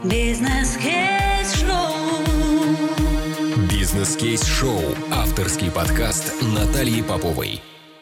Бизнес-кейс-шоу. Бизнес-кейс-шоу. Авторский подкаст Натальи Поповой.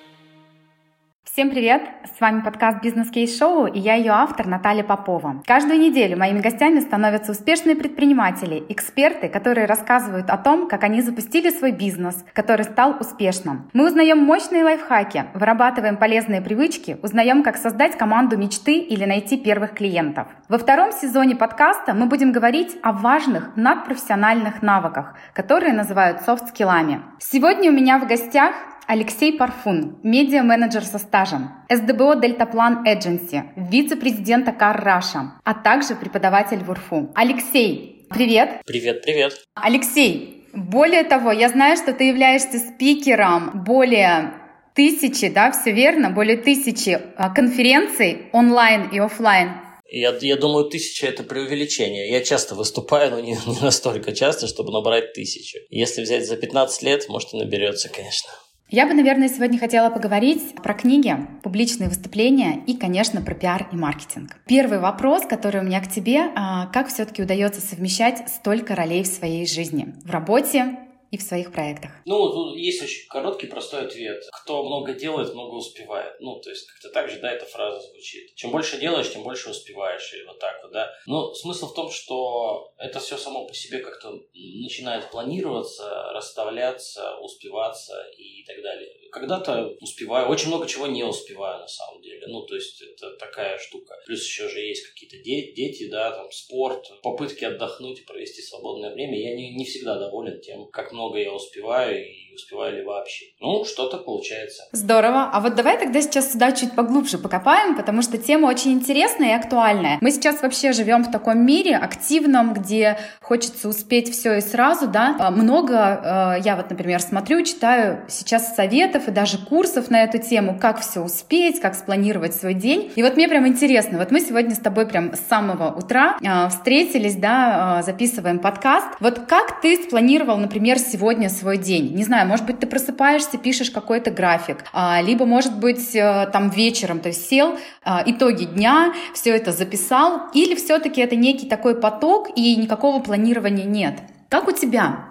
Всем привет! С вами подкаст «Бизнес-кейс-шоу» и я ее автор Наталья Попова. Каждую неделю моими гостями становятся успешные предприниматели, эксперты, которые рассказывают о том, как они запустили свой бизнес, который стал успешным. Мы узнаем мощные лайфхаки, вырабатываем полезные привычки, узнаем, как создать команду мечты или найти первых клиентов. Во втором сезоне подкаста мы будем говорить о важных надпрофессиональных навыках, которые называют софт-скиллами. Сегодня у меня в гостях Алексей Парфун, медиа-менеджер со стажем, СДБО Дельтаплан Эдженси, вице-президент Акар Раша, а также преподаватель в УРФУ. Алексей, привет! Привет! Алексей, более того, я знаю, что ты являешься спикером более 1000, да, все верно, более 1000 конференций онлайн и офлайн. Я думаю, 1000 – это преувеличение. Я часто выступаю, но не настолько часто, чтобы набрать 1000. Если взять за 15 лет, может, и наберется, конечно. Я бы, наверное, сегодня хотела поговорить про книги, публичные выступления и, конечно, про пиар и маркетинг. Первый вопрос, который у меня к тебе. Как все-таки удается совмещать столько ролей в своей жизни, в работе и в своих проектах? Тут есть очень короткий, простой ответ. Кто много делает, много успевает. То есть как-то так же, да, эта фраза звучит. Чем больше делаешь, тем больше успеваешь. Или вот так вот, да. Смысл в том, что это все само по себе как-то начинает планироваться, расставляться, успеваться и так далее. Когда-то успеваю, очень много чего не успеваю на самом деле. То есть это такая штука. Плюс еще же есть какие-то дети, да, там спорт, попытки отдохнуть и провести свободное время. Я не всегда доволен тем, как много я успеваю и успеваю ли вообще. Что-то получается. Здорово. А вот давай тогда сейчас сюда чуть поглубже покопаем, потому что тема очень интересная и актуальная. Мы сейчас вообще живем в таком мире активном, где хочется успеть все и сразу, да. Много, я вот, например, смотрю, читаю сейчас советов и даже курсов на эту тему, как все успеть, как спланировать свой день. И вот мне прям интересно, вот мы сегодня с тобой прям с самого утра встретились, да, записываем подкаст. Вот как ты спланировал, например, сегодня свой день? Не знаю, может быть, ты просыпаешься, пишешь какой-то график, либо, может быть, там вечером ты сел, итоги дня, все это записал, или все-таки это некий такой поток и никакого планирования нет? Как у тебя?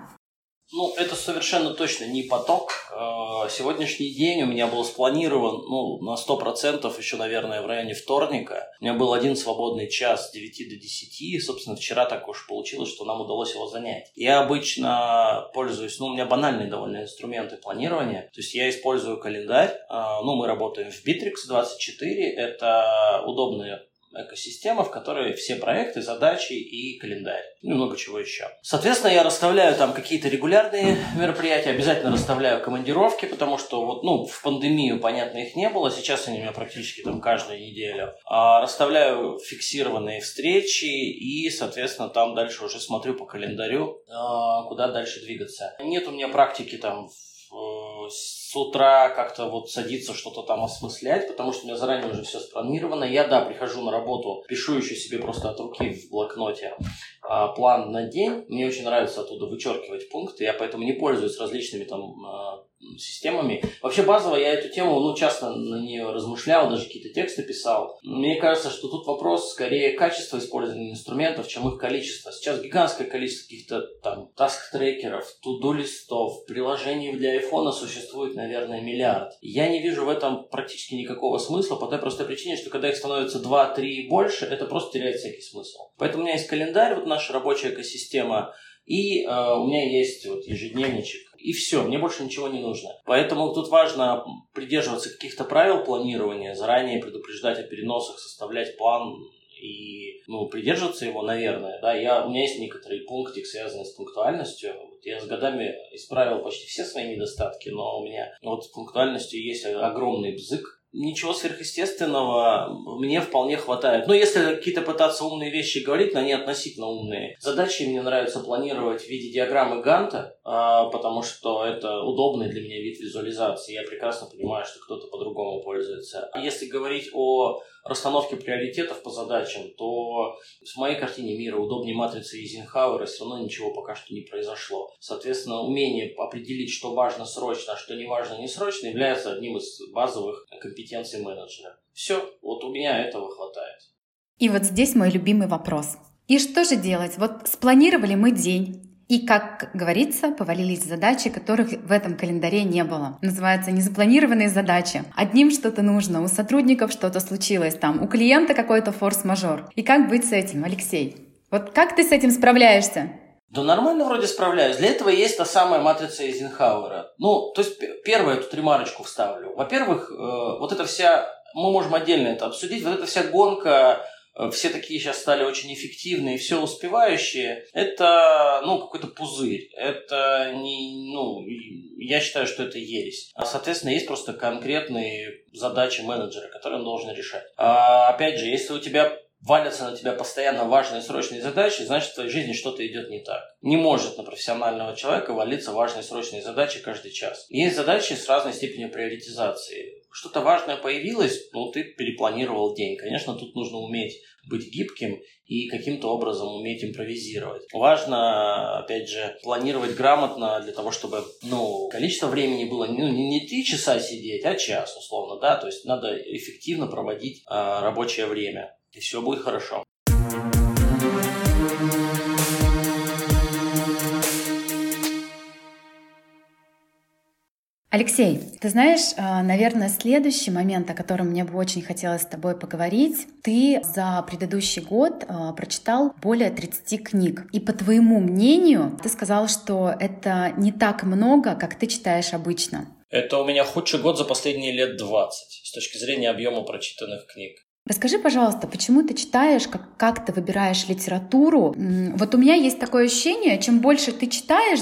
Это совершенно точно не поток. Сегодняшний день у меня был спланирован на 100%, еще, наверное, в районе вторника. У меня был один свободный час с 9 до 10, и, собственно, вчера так уж получилось, что нам удалось его занять. Я обычно пользуюсь, у меня банальные довольно инструменты планирования, то есть я использую календарь, мы работаем в Bittrex24, это удобная экосистема, в которой все проекты, задачи и календарь. И много чего еще. Соответственно, я расставляю там какие-то регулярные мероприятия, обязательно расставляю командировки, потому что в пандемию, понятно, их не было. Сейчас они у меня практически там каждую неделю. Расставляю фиксированные встречи и, соответственно, там дальше уже смотрю по календарю, куда дальше двигаться. Нет у меня практики там с утра как-то садиться что-то там осмыслять, потому что у меня заранее уже все спланировано. Я, прихожу на работу, пишу еще себе просто от руки в блокноте план на день. Мне очень нравится оттуда вычеркивать пункты, я поэтому не пользуюсь различными там системами. Вообще базово я эту тему, часто на нее размышлял, даже какие-то тексты писал. Мне кажется, что тут вопрос скорее качества использования инструментов, чем их количество. Сейчас гигантское количество каких-то там таск-трекеров, ту-ду-листов, приложений для айфона существует, наверное, миллиард. Я не вижу в этом практически никакого смысла по той простой причине, что когда их становится 2-3 и больше, это просто теряет всякий смысл. Поэтому у меня есть календарь, наша рабочая экосистема, и у меня есть ежедневничек. И все, мне больше ничего не нужно. Поэтому тут важно придерживаться каких-то правил планирования, заранее предупреждать о переносах, составлять план и придерживаться его, наверное. Да, у меня есть некоторые пунктик, связанные с пунктуальностью. Я с годами исправил почти все свои недостатки, но у меня с пунктуальностью есть огромный бзык. Ничего сверхъестественного мне вполне хватает. Если какие-то пытаться умные вещи говорить, но они относительно умные. Задачи мне нравится планировать в виде диаграммы Ганта, потому что это удобный для меня вид визуализации. Я прекрасно понимаю, что кто-то по-другому пользуется. Если говорить о расстановке приоритетов по задачам, то в моей картине мира удобнее матрицы Эйзенхауэра все равно ничего пока что не произошло. Соответственно, умение определить, что важно срочно, а что не важно не срочно, является одним из базовых компетенций менеджера. Все, у меня этого хватает. И здесь мой любимый вопрос. И что же делать? Вот спланировали мы день. И, как говорится, повалились задачи, которых в этом календаре не было. Называется незапланированные задачи. Одним что-то нужно, у сотрудников что-то случилось, там, у клиента какой-то форс-мажор. И как быть с этим, Алексей? Вот как ты с этим справляешься? Да нормально вроде справляюсь. Для этого есть та самая матрица Эйзенхауэра. То есть первое, тут ремарочку вставлю. Во-первых, вот эта вся, мы можем отдельно это обсудить, вот эта вся гонка, все такие сейчас стали очень эффективные, все успевающие, это, какой-то пузырь. Это я считаю, что это ересь. Соответственно, есть просто конкретные задачи менеджера, которые он должен решать. Опять же, если у тебя валятся на тебя постоянно важные срочные задачи, значит, в твоей жизни что-то идет не так. Не может на профессионального человека валиться важные срочные задачи каждый час. Есть задачи с разной степенью приоритизации. Что-то важное появилось, ты перепланировал день. Конечно, тут нужно уметь быть гибким и каким-то образом уметь импровизировать. Важно, опять же, планировать грамотно для того, чтобы, количество времени было не 3 часа сидеть, а час, условно, да, то есть надо эффективно проводить рабочее время. И все будет хорошо. Алексей, ты знаешь, наверное, следующий момент, о котором мне бы очень хотелось с тобой поговорить. Ты за предыдущий год прочитал более 30 книг. И по твоему мнению, ты сказал, что это не так много, как ты читаешь обычно. Это у меня худший год за последние лет 20 с точки зрения объема прочитанных книг. Расскажи, пожалуйста, почему ты читаешь, как ты выбираешь литературу? Вот у меня есть такое ощущение, чем больше ты читаешь,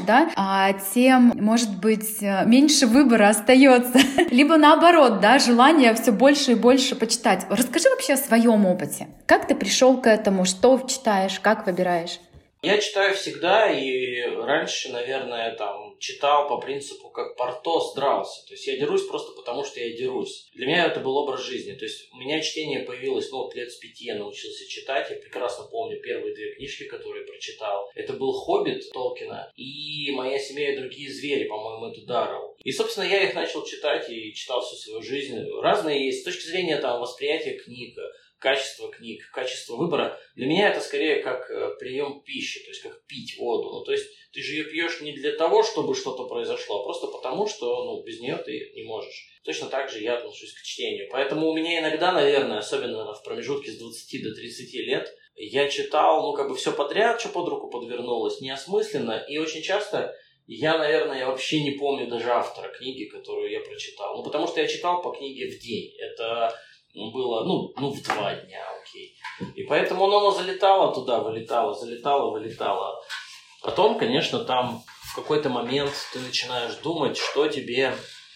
тем, может быть, меньше выбора остается. Либо наоборот, желание все больше и больше почитать. Расскажи вообще о своем опыте. Как ты пришел к этому? Что читаешь? Как выбираешь? Я читаю всегда, и раньше, наверное, читал по принципу, как Портос дрался. То есть я дерусь просто потому, что я дерусь. Для меня это был образ жизни. То есть у меня чтение появилось, лет с 5 я научился читать. Я прекрасно помню первые 2 книжки, которые прочитал. Это был «Хоббит» Толкина и «Моя семья и другие звери», по-моему, это Даррелл. И, собственно, я их начал читать и читал всю свою жизнь. Разные есть. С точки зрения восприятия книг, качество книг, качество выбора. Для меня это скорее как прием пищи, то есть как пить воду. То есть ты же ее пьешь не для того, чтобы что-то произошло, а просто потому, что без нее ты не можешь. Точно так же я отношусь к чтению. Поэтому у меня иногда, наверное, особенно в промежутке с 20 до 30 лет, я читал, все подряд, что под руку подвернулось, неосмысленно. И очень часто я, наверное, вообще не помню даже автора книги, которую я прочитал. Потому что я читал по книге в день. Это было, в 2 дня, окей. И поэтому оно залетало туда, вылетало, залетало, вылетало. Потом, конечно, там в какой-то момент ты начинаешь думать, что тебе...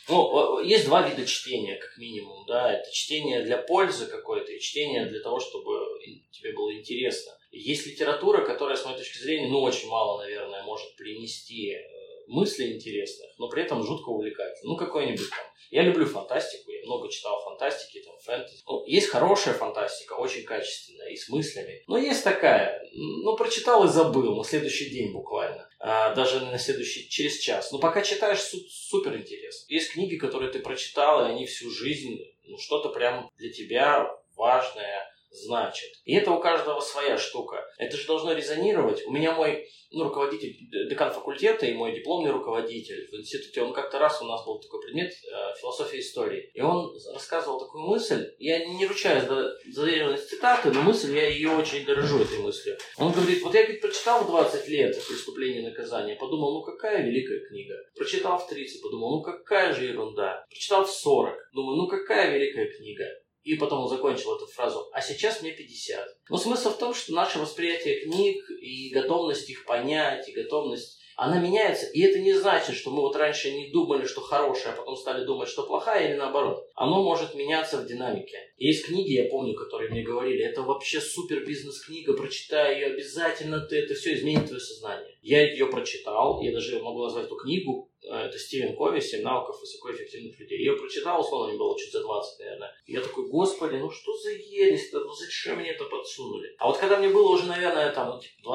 есть 2 вида чтения, как минимум, да. Это чтение для пользы какой-то и чтение для того, чтобы тебе было интересно. Есть литература, которая, с моей точки зрения, очень мало, наверное, может принести мыслей интересных, но при этом жутко увлекательно. Какой-нибудь Я люблю фантастику, я много читал фантастики, фэнтези. Есть хорошая фантастика, очень качественная и с мыслями. Но есть такая, прочитал и забыл на следующий день буквально. Даже на следующий, через час. Но пока читаешь, супер интересно. Есть книги, которые ты прочитал, и они всю жизнь, что-то прям для тебя важное значит. И это у каждого своя штука. Это же должно резонировать. У меня мой руководитель, декан факультета и мой дипломный руководитель в институте, он как-то раз, у нас был такой предмет философия истории, и он рассказывал такую мысль, я не ручаюсь за заверенность цитаты, но мысль, я ее очень дорожу, этой мыслью. Он говорит, я прочитал в 20 лет «Преступление и наказание», подумал, какая великая книга. Прочитал в 30, подумал, какая же ерунда. Прочитал в 40, думаю, какая великая книга. И потом он закончил эту фразу «а сейчас мне 50». Но смысл в том, что наше восприятие книг и готовность их понять, и готовность, она меняется. И это не значит, что мы раньше не думали, что хорошая, а потом стали думать, что плохая, или наоборот. Оно может меняться в динамике. Есть книги, я помню, которые мне говорили, это вообще супер бизнес-книга, прочитай ее обязательно, это все изменит твое сознание. Я ее прочитал, я даже могу назвать эту книгу Это Стивен Кови «7 навыков высокоэффективных людей». Я ее прочитал, условно, мне было чуть за 20, наверное. И я такой, господи, ну что за ересь-то, ну зачем мне это подсунули? А вот когда мне было уже, наверное, там, 28-29,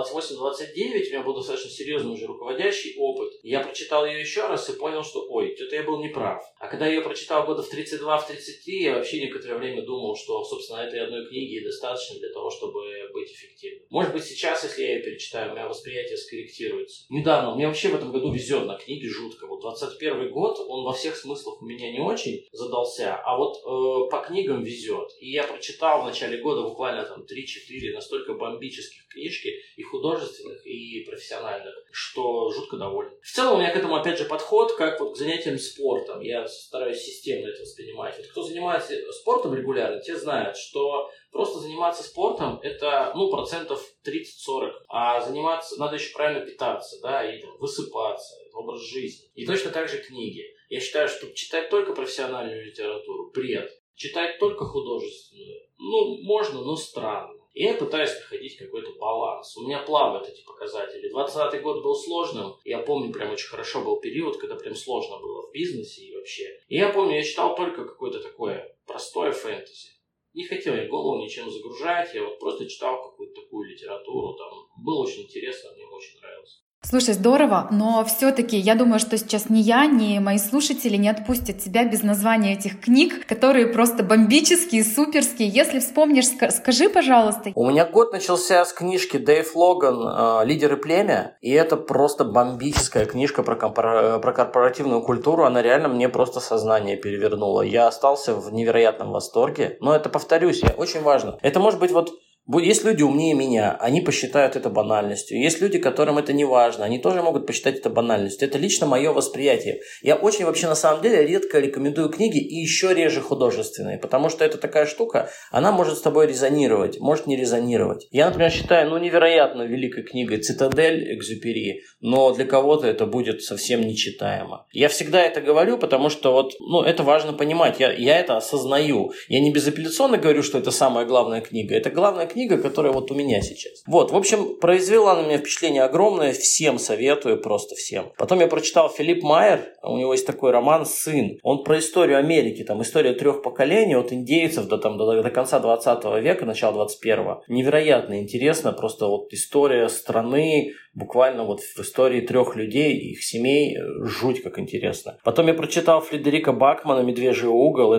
у меня был достаточно серьезный уже руководящий опыт. Я прочитал ее еще раз и понял, что, ой, что-то я был неправ. А когда я ее прочитал года в 32-33, я вообще некоторое время думал, что, собственно, этой одной книги достаточно для того, чтобы быть эффективным. Может быть, сейчас, если я ее перечитаю, у меня восприятие скорректируется. Недавно, мне вообще в этом году везет на книги жутко. Вот 21 год, он во всех смыслах у меня не очень задался, а вот по книгам везет. И я прочитал в начале года буквально там 3-4 настолько бомбических книжки, и художественных, и профессиональных, что жутко доволен. В целом у меня к этому опять же подход, как вот к занятиям спортом. Я стараюсь системно это воспринимать. Вот кто занимается спортом регулярно, те знают, что просто заниматься спортом это, процентов 30-40. А заниматься, надо еще правильно питаться, да, и там, высыпаться, образ жизни. И точно так же книги. Я считаю, что читать только профессиональную литературу – бред. Читать только художественную, можно, но странно. И я пытаюсь находить какой-то баланс. У меня плавают эти показатели. 2020 год был сложным. Я помню, прям очень хорошо был период, когда прям сложно было в бизнесе и вообще. И я помню, я читал только какое-то такое простое фэнтези. Не хотел я голову ничем загружать. Я вот просто читал какую-то такую литературу. Там было очень интересно, мне очень нравилось. Слушай, здорово, но все-таки я думаю, что сейчас ни я, ни мои слушатели не отпустят тебя без названия этих книг, которые просто бомбические, суперские. Если вспомнишь, скажи, пожалуйста. У меня год начался с книжки Дэйв Логан «Лидеры племя», и это просто бомбическая книжка про корпоративную культуру. Она реально мне просто сознание перевернула. Я остался в невероятном восторге. Но это, повторюсь, очень важно. Это может быть есть люди умнее меня, они посчитают это банальностью. Есть люди, которым это не важно, они тоже могут посчитать это банальностью. Это лично мое восприятие. Я очень вообще на самом деле редко рекомендую книги и еще реже художественные, потому что это такая штука, она может с тобой резонировать, может не резонировать. Я, например, считаю невероятно великой книгой «Цитадель» Экзюпери, но для кого-то это будет совсем нечитаемо. Я всегда это говорю, потому что это важно понимать. Я это осознаю. Я не безапелляционно говорю, что это самая главная книга. Это главная книга, которая у меня сейчас. В общем, произвела на меня впечатление огромное. Всем советую, просто всем. Потом я прочитал Филипп Майер. У него есть такой роман «Сын». Он про историю Америки. Там история 3 поколений от индейцев до конца 20 века, начала 21-го. Невероятно интересно. Просто история страны, буквально в истории 3 людей, их семей. Жуть как интересно. Потом я прочитал Фредерика Бакмана «Медвежий угол».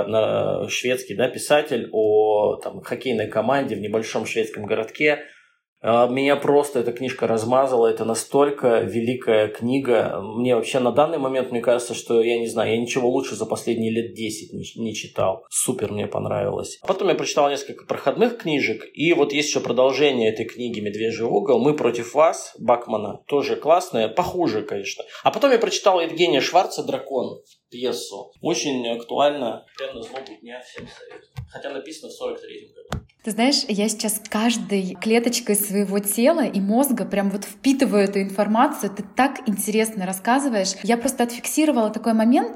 Это шведский писатель о хоккейной команде в небольшом шведском городке. Меня просто эта книжка размазала. Это настолько великая книга. Мне вообще на данный момент, мне кажется, что я не знаю, я ничего лучше за последние лет 10 не читал. Супер мне понравилось. Потом я прочитал несколько проходных книжек. И есть еще продолжение этой книги «Медвежий угол». «Мы против вас» Бакмана. Тоже классная, похуже, конечно. А потом я прочитал Евгения Шварца «Дракон», пьесу. Очень актуально. Прямо на злобу дня всем советую. Хотя написано в 43-м году. Ты знаешь, я сейчас каждой клеточкой своего тела и мозга прям впитываю эту информацию. Ты так интересно рассказываешь. Я просто отфиксировала такой момент.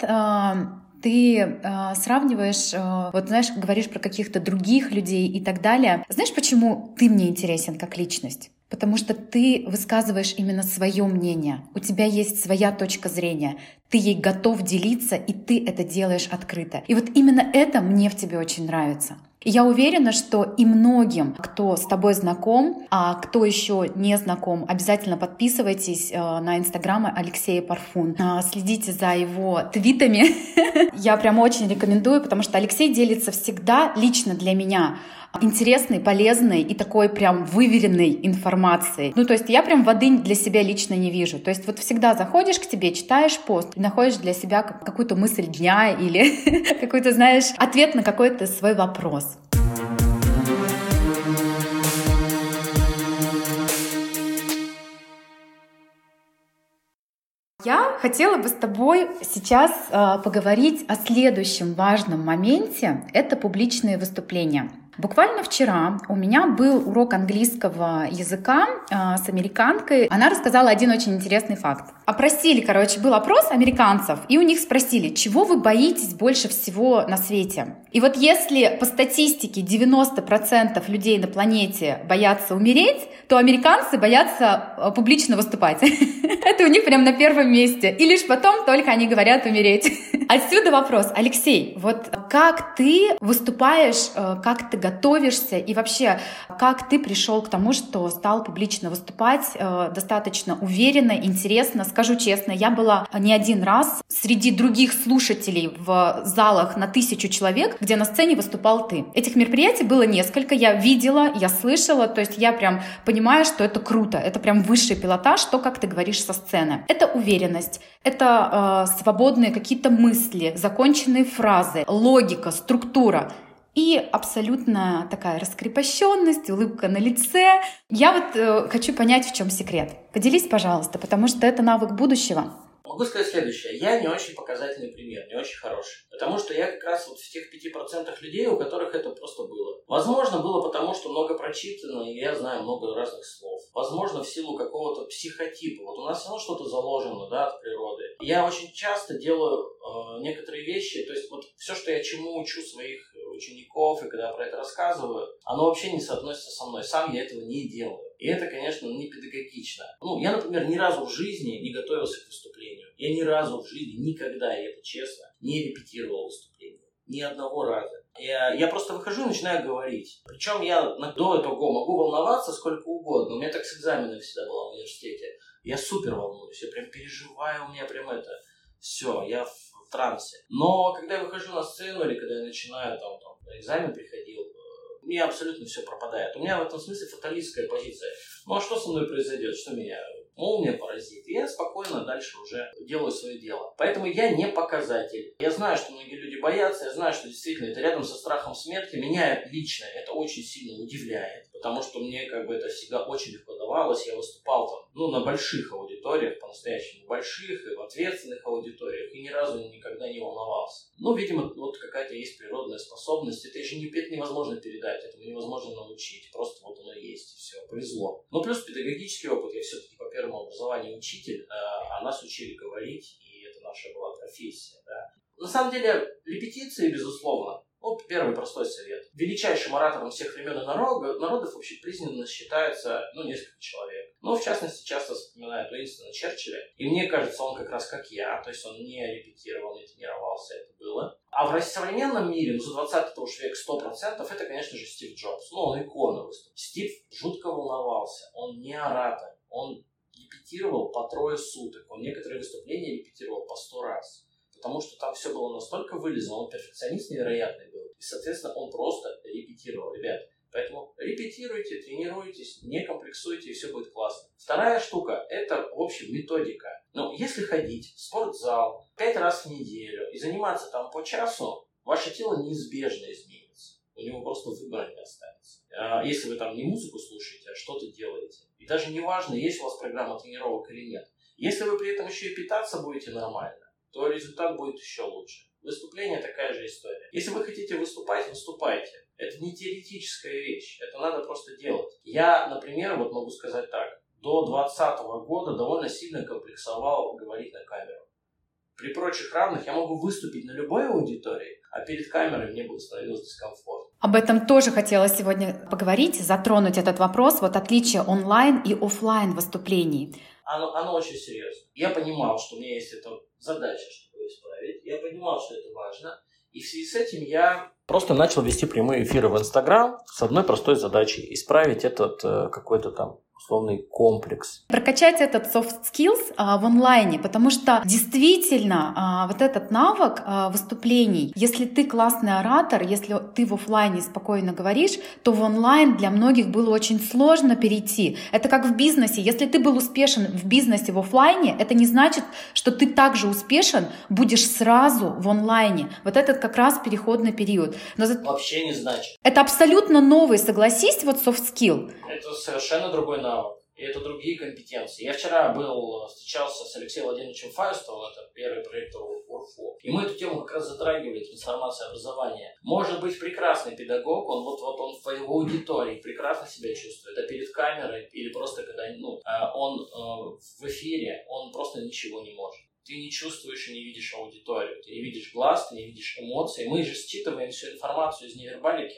Ты сравниваешь, говоришь про каких-то других людей и так далее. Знаешь, почему ты мне интересен как личность? Потому что ты высказываешь именно свое мнение. У тебя есть своя точка зрения. Ты ей готов делиться, и ты это делаешь открыто. И именно это мне в тебе очень нравится. И я уверена, что и многим, кто с тобой знаком, а кто еще не знаком, обязательно подписывайтесь на инстаграм Алексея Парфун. Следите за его твитами. Я прям очень рекомендую, потому что Алексей делится всегда лично для меня интересной, полезной и такой прям выверенной информацией. То есть я прям воды для себя лично не вижу. То есть всегда заходишь к тебе, читаешь пост и находишь для себя какую-то мысль дня или какой-то, ответ на какой-то свой вопрос. Я хотела бы с тобой сейчас поговорить о следующем важном моменте. Это публичные выступления. Буквально вчера у меня был урок английского языка с американкой. Она рассказала один очень интересный факт. Опросили, был опрос американцев, и у них спросили, чего вы боитесь больше всего на свете? И вот если по статистике 90% людей на планете боятся умереть, то американцы боятся публично выступать. Это у них прям на первом месте. И лишь потом только они говорят умереть. Отсюда вопрос. Алексей, вот как ты выступаешь, как ты готовишься и вообще, как ты пришел к тому, что стал публично выступать достаточно уверенно, интересно? Скажу честно, я была не один раз среди других слушателей в залах на 1000 человек, где на сцене выступал ты. Этих мероприятий было несколько, я видела, я слышала, то есть я прям понимаю, что это круто, это прям высший пилотаж, то, как ты говоришь со сцены. Это уверенность, это свободные какие-то мысли, законченные фразы, логика, структура. И абсолютно такая раскрепощенность, улыбка на лице. Я вот хочу понять, в чем секрет. Поделись, пожалуйста, потому что это навык будущего. Могу сказать следующее. Я не очень показательный пример, не очень хороший. Потому что я как раз вот в тех 5% людей, у которых это просто было. Возможно, было потому, что много прочитано, и я знаю много разных слов. Возможно, в силу какого-то психотипа. Вот у нас все равно что-то заложено, да, от природы. Я очень часто делаю некоторые вещи, то есть вот все, что я чему учу своих учеников, и когда я про это рассказываю, оно вообще не соотносится со мной. Сам я этого не делаю. И это, конечно, не педагогично. Я, например, ни разу в жизни не готовился к выступлению. Я ни разу в жизни, никогда, и это честно, не репетировал выступление. Ни одного раза. Я просто выхожу и начинаю говорить. Причем я до этого могу волноваться сколько угодно. У меня так с экзаменами всегда было в университете. Я супер волнуюсь, я прям переживаю, у меня прям это... Все, я в трансе. Но когда я выхожу на сцену или когда я начинаю, на экзамен приходил, мне абсолютно все пропадает. У меня в этом смысле фаталистская позиция. А что со мной произойдет? Что меня молния поразит? И я спокойно дальше уже делаю свое дело. Поэтому я не показатель. Я знаю, что многие люди боятся, я знаю, что действительно это рядом со страхом смерти. Меня лично это очень сильно удивляет. Потому что мне это всегда очень легко давалось. Я выступал на больших аудиториях, по-настоящему больших, и в ответственных аудиториях, и ни разу никогда не волновался. Видимо, вот какая-то есть природная способность. Это невозможно передать, этому невозможно научить. Просто вот оно есть, и все, повезло. Плюс педагогический опыт. Я все-таки по первому образованию учитель, а нас учили говорить, и это наша была профессия. Да. На самом деле, репетиции, безусловно. Первый простой совет. Величайшим оратором всех времен и народов общепризнанно считается, несколько человек. В частности, часто вспоминают Уинстона Черчилля. И мне кажется, он как раз как я. То есть он не репетировал, не тренировался, это было. А в современном мире, за 20 века 100%, это, конечно же, Стив Джобс. Он икона выступил. Стив жутко волновался. Он не оратор. Он репетировал по 3 суток. Он некоторые выступления репетировал по 100 раз. Потому что там все было настолько вылезано, он перфекционист невероятный был. И, соответственно, он просто репетировал, ребят. Поэтому репетируйте, тренируйтесь, не комплексуйте, и все будет классно. Вторая штука – это, в общем, методика. Если ходить в спортзал 5 раз в неделю и заниматься там по часу, ваше тело неизбежно изменится. У него просто выбора не останется. Если вы там не музыку слушаете, а что-то делаете. И даже не важно, есть у вас программа тренировок или нет. Если вы при этом еще и питаться будете нормально, то результат будет еще лучше. Выступление такая же история. Если вы хотите выступать, выступайте. Это не теоретическая вещь, это надо просто делать. Я, например, могу сказать так, до 2020 года довольно сильно комплексовал говорить на камеру. При прочих равных я могу выступить на любой аудитории, а перед камерой мне бы становилось дискомфортно. Об этом тоже хотела сегодня поговорить, затронуть этот вопрос, отличие онлайн и офлайн выступлений. Оно очень серьезно. Я понимал, что у меня есть эта задача, чтобы ее исправить. Я понимал, что это важно. И в связи с этим я просто начал вести прямые эфиры в Инстаграм с одной простой задачей – исправить этот какой-то там условный комплекс. Прокачать этот soft skills в онлайне, потому что действительно этот навык выступлений, если ты классный оратор, если ты в офлайне спокойно говоришь, то в онлайн для многих было очень сложно перейти. Это как в бизнесе. Если ты был успешен в бизнесе в офлайне, это не значит, что ты также успешен будешь сразу в онлайне. Этот как раз переходный период. Но вообще не значит. Это абсолютно новый, согласись, soft skill. Это совершенно другой навык. И это другие компетенции. Я вчера встречался с Алексеем Владимировичем Фаистовым, это первый проект УРФУ. И мы эту тему как раз затрагивали, трансформация образования. Может быть прекрасный педагог, он в его аудитории прекрасно себя чувствует, а перед камерой или просто когда он в эфире, он просто ничего не может. Ты не чувствуешь и не видишь аудиторию, ты не видишь глаз, ты не видишь эмоций. Мы же считываем всю информацию из невербалики.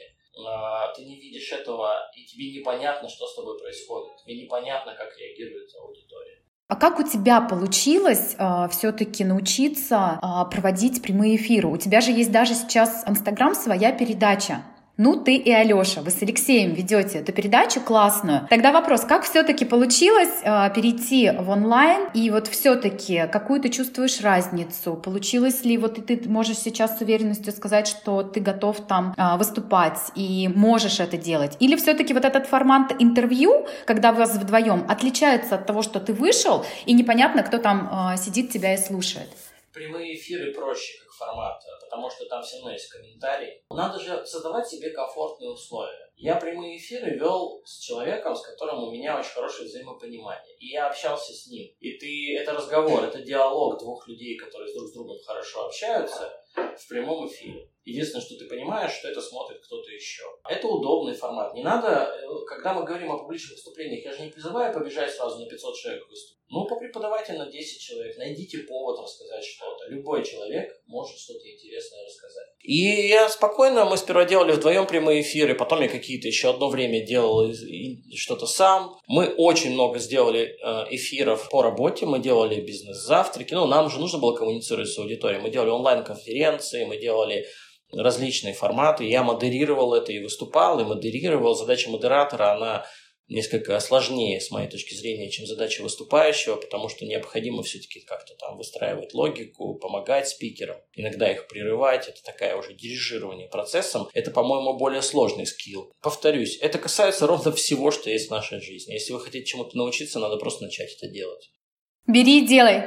Ты не видишь этого, и тебе непонятно, что с тобой происходит. Тебе непонятно, как реагирует аудитория. А как у тебя получилось все-таки научиться проводить прямые эфиры? У тебя же есть даже сейчас в Инстаграм своя передача. Ну, ты и Алёша, вы с Алексеем ведете эту передачу классную. Тогда вопрос, как все-таки получилось перейти в онлайн? И вот все-таки какую ты чувствуешь разницу? Получилось ли, и ты можешь сейчас с уверенностью сказать, что ты готов там выступать и можешь это делать? Или все-таки вот этот формат интервью, когда вы вдвоем, отличается от того, что ты вышел, и непонятно, кто там сидит тебя и слушает? Прямые эфиры проще как формат, потому что там все равно есть комментарии. Надо же создавать себе комфортные условия. Я прямые эфиры вел с человеком, с которым у меня очень хорошее взаимопонимание. И я общался с ним. Это разговор, это диалог двух людей, которые друг с другом хорошо общаются в прямом эфире. Единственное, что ты понимаешь, что это смотрит кто-то еще. Это удобный формат. Не надо, когда мы говорим о публичных выступлениях, я же не призываю побежать сразу на 500 человек выступить. Попреподавайте на 10 человек, найдите повод рассказать что-то. Любой человек может что-то интересное рассказать. И мы сперва делали вдвоем прямые эфиры, потом я какие-то еще одно время делал что-то сам. Мы очень много сделали эфиров по работе, мы делали бизнес-завтраки. Нам же нужно было коммуницировать с аудиторией. Мы делали онлайн-конференции, мы делали различные форматы. Я модерировал это и выступал, и модерировал. Задача модератора, она несколько сложнее, с моей точки зрения, чем задача выступающего, потому что необходимо все-таки как-то там выстраивать логику, помогать спикерам, иногда их прерывать. Это такая уже дирижирование процессом. Это, по-моему, более сложный скилл. Повторюсь, это касается ровно всего, что есть в нашей жизни. Если вы хотите чему-то научиться, надо просто начать это делать. Бери и делай.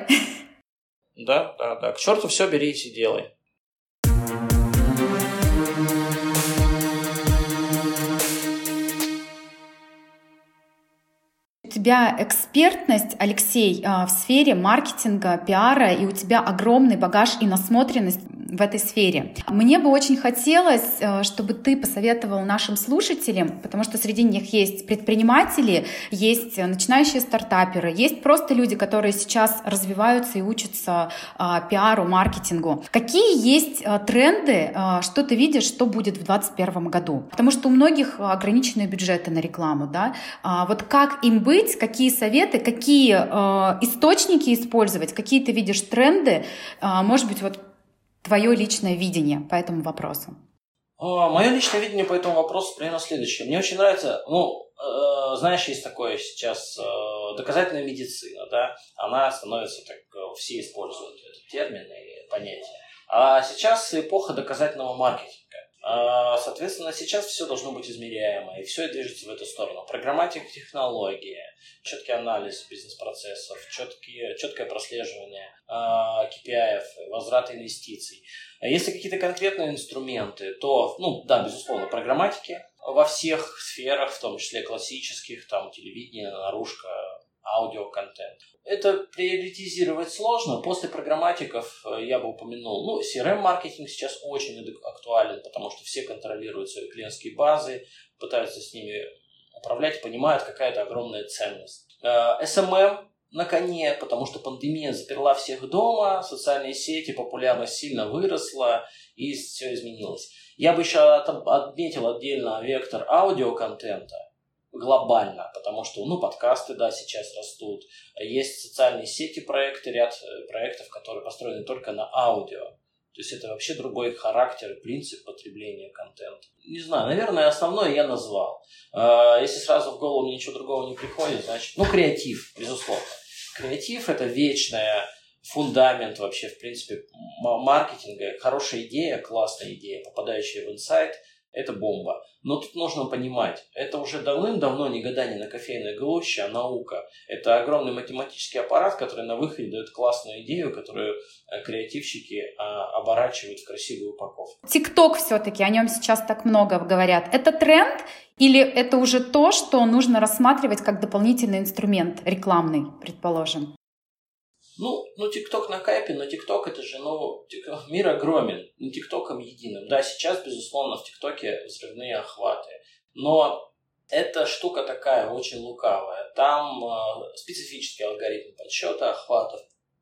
Да. К черту все, бери и делай. У тебя экспертность, Алексей, в сфере маркетинга, пиара, и у тебя огромный багаж и насмотренность в этой сфере. Мне бы очень хотелось, чтобы ты посоветовал нашим слушателям, потому что среди них есть предприниматели, есть начинающие стартаперы, есть просто люди, которые сейчас развиваются и учатся пиару, маркетингу. Какие есть тренды, что ты видишь, что будет в 2021 году? Потому что у многих ограниченные бюджеты на рекламу, да? Вот как им быть, какие советы, какие источники использовать, какие ты видишь тренды, может быть, вот твое личное видение по этому вопросу? Мое личное видение по этому вопросу примерно следующее. Мне очень нравится, знаешь, есть такое сейчас доказательная медицина, да, она становится все используют этот термин и понятие. А сейчас эпоха доказательного маркетинга. Соответственно, сейчас все должно быть измеряемо, и все движется в эту сторону. Программатика, технология, четкий анализ бизнес-процессов, четкое прослеживание KPI, возврата инвестиций. Если какие-то конкретные инструменты, то, безусловно, программатики во всех сферах, в том числе классических, телевидение, наружка, аудиоконтент. Это приоритизировать сложно. После программатиков я бы упомянул, CRM-маркетинг сейчас очень актуален, потому что все контролируют свои клиентские базы, пытаются с ними управлять, понимают, какая это огромная ценность. SMM на коне, потому что пандемия заперла всех дома, социальные сети, популярность сильно выросла, и все изменилось. Я бы еще отметил отдельно вектор аудиоконтента, глобально, потому что, подкасты, сейчас растут, есть социальные сети проекты, ряд проектов, которые построены только на аудио. То есть это вообще другой характер и принцип потребления контента. Не знаю, наверное, основное я назвал. Если сразу в голову мне ничего другого не приходит, значит, креатив, безусловно. Креатив – это вечный фундамент вообще, в принципе, маркетинга. Хорошая идея, классная идея, попадающая в инсайт, это бомба. Но тут нужно понимать, это уже давным-давно не гадание на кофейной гуще, а наука. Это огромный математический аппарат, который на выходе дает классную идею, которую креативщики оборачивают в красивую упаковку. ТикТок все-таки, о нем сейчас так много говорят. Это тренд или это уже то, что нужно рассматривать как дополнительный инструмент рекламный, предположим? ТикТок на кайпе, но ТикТок это же, мир огромен, не ТикТоком единым. Да, сейчас, безусловно, в ТикТоке взрывные охваты, но эта штука такая очень лукавая. Там специфический алгоритм подсчета охватов.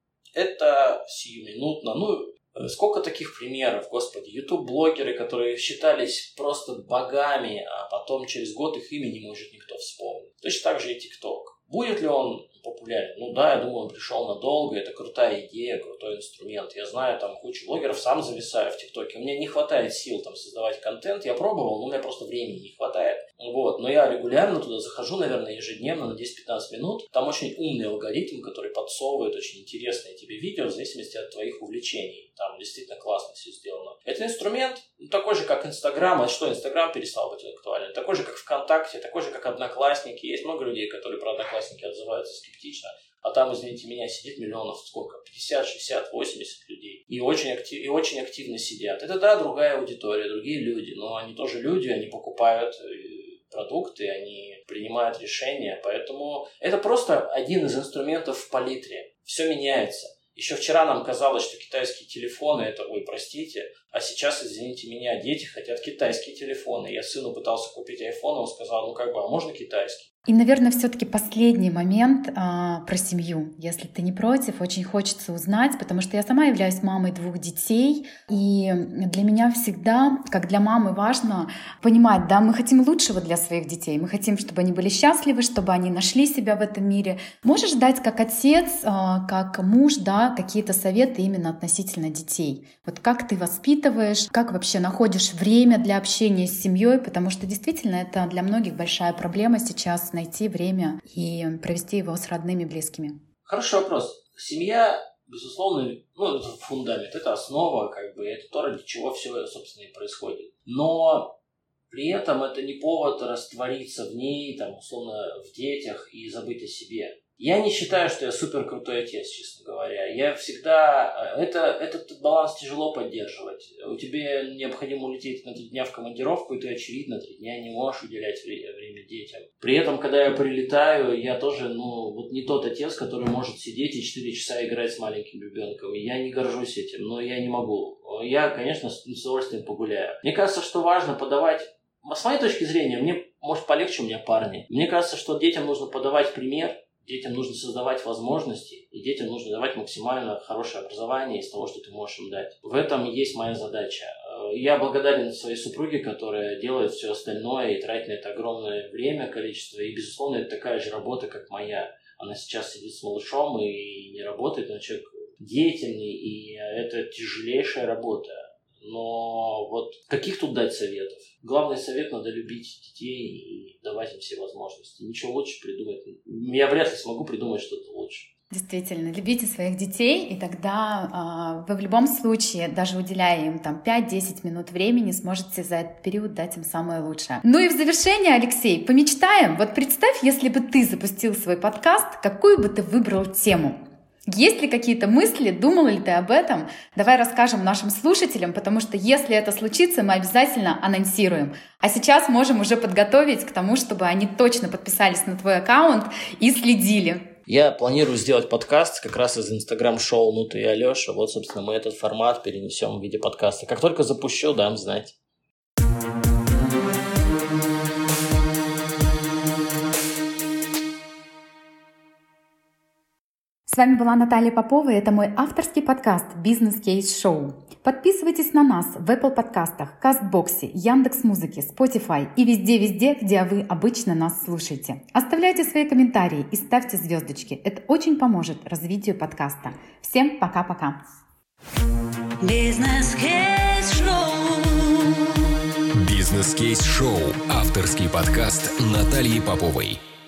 Это сиюминутно. Сколько таких примеров, господи. YouTube-блогеры, которые считались просто богами, а потом через год их имя не может никто вспомнить. Точно так же и ТикТок. Будет ли он популярен? Да, я думаю, он пришел надолго, это крутая идея, крутой инструмент. Я знаю там кучу блогеров, сам зависаю в ТикТоке. Мне не хватает сил там создавать контент, я пробовал, но у меня просто времени не хватает. Но я регулярно туда захожу, наверное, ежедневно на 10-15 минут. Там очень умный алгоритм, который подсовывает очень интересные тебе видео в зависимости от твоих увлечений. Там действительно классно все сделано. Это инструмент такой же, как Инстаграм. А что, Инстаграм перестал быть актуален? Такой же, как ВКонтакте, такой же, как Одноклассники. Есть много людей, которые про Одноклассники отзываются скептично. А там, извините меня, сидит миллионов, 50, 60, 80 людей. И очень активно сидят. Это, да, другая аудитория, другие люди. Но они тоже люди, они покупают продукты, они принимают решения. Поэтому это просто один из инструментов в палитре. Все меняется. Еще вчера нам казалось, что китайские телефоны это, а сейчас, извините меня, дети хотят китайские телефоны. Я сыну пытался купить iPhone, он сказал, а можно китайский? И, наверное, все-таки последний момент про семью. Если ты не против, очень хочется узнать, потому что я сама являюсь мамой 2 детей, и для меня всегда, как для мамы, важно понимать, да, мы хотим лучшего для своих детей, мы хотим, чтобы они были счастливы, чтобы они нашли себя в этом мире. Можешь дать как отец, как муж, да, какие-то советы именно относительно детей? Вот как ты воспитываешь, как вообще находишь время для общения с семьей, потому что действительно это для многих большая проблема сейчас найти время и провести его с родными, близкими. Хороший вопрос. Семья, безусловно, это фундамент, это основа, это то, ради чего все, собственно, и происходит. Но при этом это не повод раствориться в ней, условно, в детях и забыть о себе. Я не считаю, что я супер крутой отец, честно говоря. Я всегда... Этот баланс тяжело поддерживать. У тебя необходимо улететь на 3 дня в командировку, и ты, очевидно, 3 дня не можешь уделять время детям. При этом, когда я прилетаю, я тоже, не тот отец, который может сидеть и 4 часа играть с маленьким ребенком. И я не горжусь этим, но я не могу. Я, конечно, с удовольствием погуляю. Мне кажется, что важно подавать... С моей точки зрения, мне, может, полегче, у меня парни. Мне кажется, что детям нужно подавать пример, детям нужно создавать возможности, и детям нужно давать максимально хорошее образование из того, что ты можешь им дать. В этом есть моя задача. Я благодарен своей супруге, которая делает все остальное и тратит на это огромное время, количество. И, безусловно, это такая же работа, как моя. Она сейчас сидит с малышом и не работает, но человек деятельный, и это тяжелейшая работа. Но каких тут дать советов? Главный совет — надо любить детей и давать им все возможности. Ничего лучше придумать. Я вряд ли смогу придумать что-то лучше. Действительно, любите своих детей, и тогда вы в любом случае, даже уделяя им 5-10 минут времени, сможете за этот период дать им самое лучшее. Ну и в завершение, Алексей, помечтаем. Представь, если бы ты запустил свой подкаст, какую бы ты выбрал тему? Есть ли какие-то мысли, думал ли ты об этом? Давай расскажем нашим слушателям, потому что если это случится, мы обязательно анонсируем. А сейчас можем уже подготовить к тому, чтобы они точно подписались на твой аккаунт и следили. Я планирую сделать подкаст как раз из Инстаграм-шоу «Ну ты и Алеша». Собственно, мы этот формат перенесем в виде подкаста. Как только запущу, дам знать. С вами была Наталья Попова, и это мой авторский подкаст «Бизнес-кейс-шоу». Подписывайтесь на нас в Apple подкастах, Кастбоксе, Яндекс.Музыке, Spotify и везде-везде, где вы обычно нас слушаете. Оставляйте свои комментарии и ставьте звездочки. Это очень поможет развитию подкаста. Всем пока-пока. Бизнес-кейс-шоу. Бизнес-кейс-шоу. Авторский подкаст Натальи Поповой.